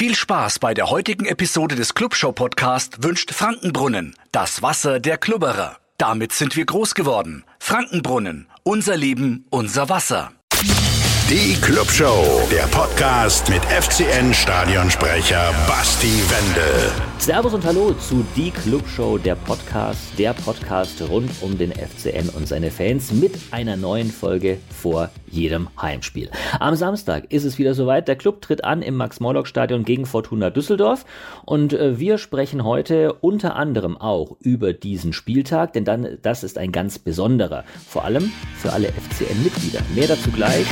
Viel Spaß bei der heutigen Episode des Clubshow-Podcast wünscht Frankenbrunnen, das Wasser der Klubberer. Damit sind wir groß geworden. Frankenbrunnen, unser Leben, unser Wasser. Die Clubshow, der Podcast mit FCN-Stadionsprecher Basti Wendel. Servus und Hallo zu Die Clubshow, der Podcast rund um den FCN und seine Fans mit einer neuen Folge vor jedem Heimspiel. Am Samstag ist es wieder soweit, der Club tritt an im Max-Morlock-Stadion gegen Fortuna Düsseldorf und wir sprechen heute unter anderem auch über diesen Spieltag, denn das ist ein ganz besonderer, vor allem für alle FCN-Mitglieder. Mehr dazu gleich.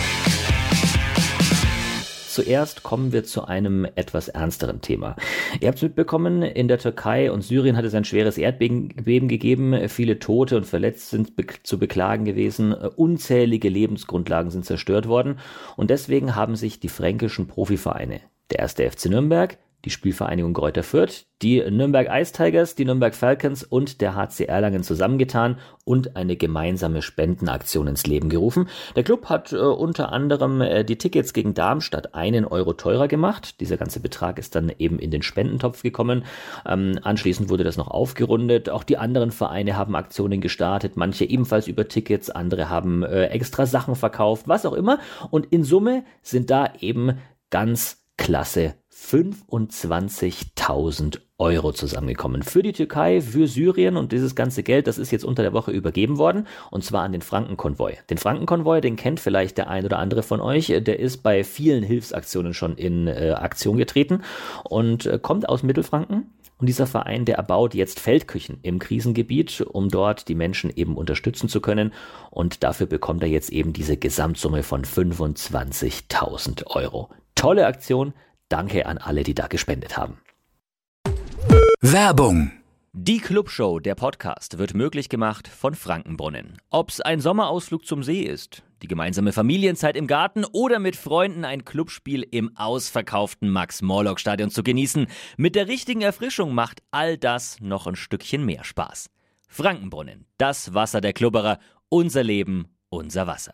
Zuerst kommen wir zu einem etwas ernsteren Thema. Ihr habt es mitbekommen, in der Türkei und Syrien hat es ein schweres Erdbeben gegeben. Viele Tote und Verletzte sind zu beklagen gewesen. Unzählige Lebensgrundlagen sind zerstört worden. Und deswegen haben sich die fränkischen Profivereine, der 1. FC Nürnberg, die Spielvereinigung Greuther Fürth, die Nürnberg Ice Tigers, die Nürnberg Falcons und der HC Erlangen zusammengetan und eine gemeinsame Spendenaktion ins Leben gerufen. Der Club hat unter anderem die Tickets gegen Darmstadt 1 Euro teurer gemacht. Dieser ganze Betrag ist dann eben in den Spendentopf gekommen. Anschließend wurde das noch aufgerundet. Auch die anderen Vereine haben Aktionen gestartet, manche ebenfalls über Tickets, andere haben extra Sachen verkauft, was auch immer. Und in Summe sind da eben ganz klasse 25.000 Euro zusammengekommen. Für die Türkei, für Syrien, und dieses ganze Geld, das ist jetzt unter der Woche übergeben worden, und zwar an den Frankenkonvoi. Den Frankenkonvoi, den kennt vielleicht der ein oder andere von euch, der ist bei vielen Hilfsaktionen schon in Aktion getreten und kommt aus Mittelfranken. Und dieser Verein, der erbaut jetzt Feldküchen im Krisengebiet, um dort die Menschen eben unterstützen zu können. Und dafür bekommt er jetzt eben diese Gesamtsumme von 25.000 Euro. Tolle Aktion. Danke an alle, die da gespendet haben. Werbung. Die Clubshow, der Podcast, wird möglich gemacht von Frankenbrunnen. Ob's ein Sommerausflug zum See ist, die gemeinsame Familienzeit im Garten oder mit Freunden ein Clubspiel im ausverkauften Max-Morlock-Stadion zu genießen, mit der richtigen Erfrischung macht all das noch ein Stückchen mehr Spaß. Frankenbrunnen, das Wasser der Klubberer, unser Leben, unser Wasser.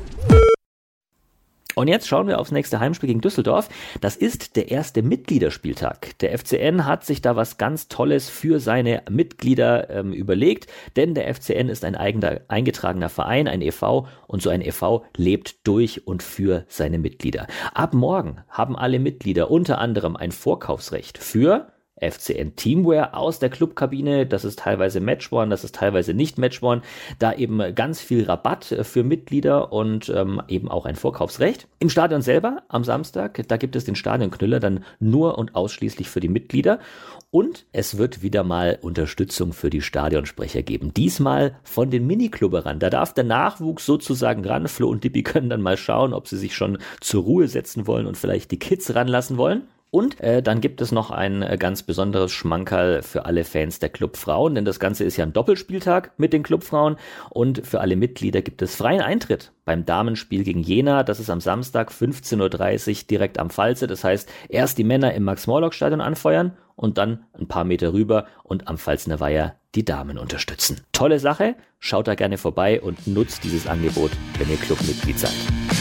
Und jetzt schauen wir aufs nächste Heimspiel gegen Düsseldorf. Das ist der erste Mitgliederspieltag. Der FCN hat sich da was ganz Tolles für seine Mitglieder überlegt, denn der FCN ist ein eigener eingetragener Verein, ein e.V. und so ein e.V. lebt durch und für seine Mitglieder. Ab morgen haben alle Mitglieder unter anderem ein Vorkaufsrecht für FCN Teamwear aus der Clubkabine, das ist teilweise Matchworn, das ist teilweise nicht Matchworn, da eben ganz viel Rabatt für Mitglieder und eben auch ein Vorkaufsrecht. Im Stadion selber am Samstag, da gibt es den Stadionknüller dann nur und ausschließlich für die Mitglieder und es wird wieder mal Unterstützung für die Stadionsprecher geben. Diesmal von den Mini-Klubberern. Da darf der Nachwuchs sozusagen ran. Flo und Dippi können dann mal schauen, ob sie sich schon zur Ruhe setzen wollen und vielleicht die Kids ranlassen wollen. Und dann gibt es noch ein ganz besonderes Schmankerl für alle Fans der Clubfrauen, denn das Ganze ist ja ein Doppelspieltag mit den Clubfrauen und für alle Mitglieder gibt es freien Eintritt beim Damenspiel gegen Jena. Das ist am Samstag 15.30 Uhr direkt am Pfalze. Das heißt, erst die Männer im Max-Morlock-Stadion anfeuern und dann ein paar Meter rüber und am Pfalzner Weiher die Damen unterstützen. Tolle Sache, schaut da gerne vorbei und nutzt dieses Angebot, wenn ihr Clubmitglied seid.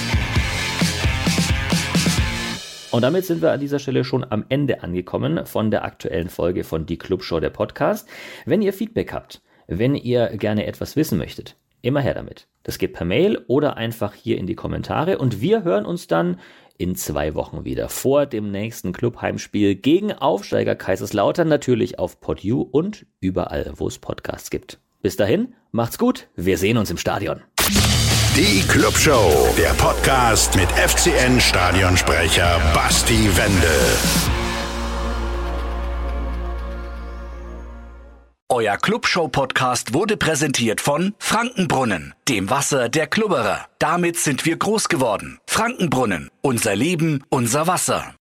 Und damit sind wir an dieser Stelle schon am Ende angekommen von der aktuellen Folge von Die Clubshow, der Podcast. Wenn ihr Feedback habt, wenn ihr gerne etwas wissen möchtet, immer her damit. Das geht per Mail oder einfach hier in die Kommentare und wir hören uns dann in 2 Wochen wieder vor dem nächsten Clubheimspiel gegen Aufsteiger Kaiserslautern, natürlich auf PodU und überall, wo es Podcasts gibt. Bis dahin, macht's gut, wir sehen uns im Stadion. Die Clubshow, der Podcast mit FCN-Stadionsprecher Basti Wendel. Euer Clubshow-Podcast wurde präsentiert von Frankenbrunnen, dem Wasser der Klubberer. Damit sind wir groß geworden. Frankenbrunnen, unser Leben, unser Wasser.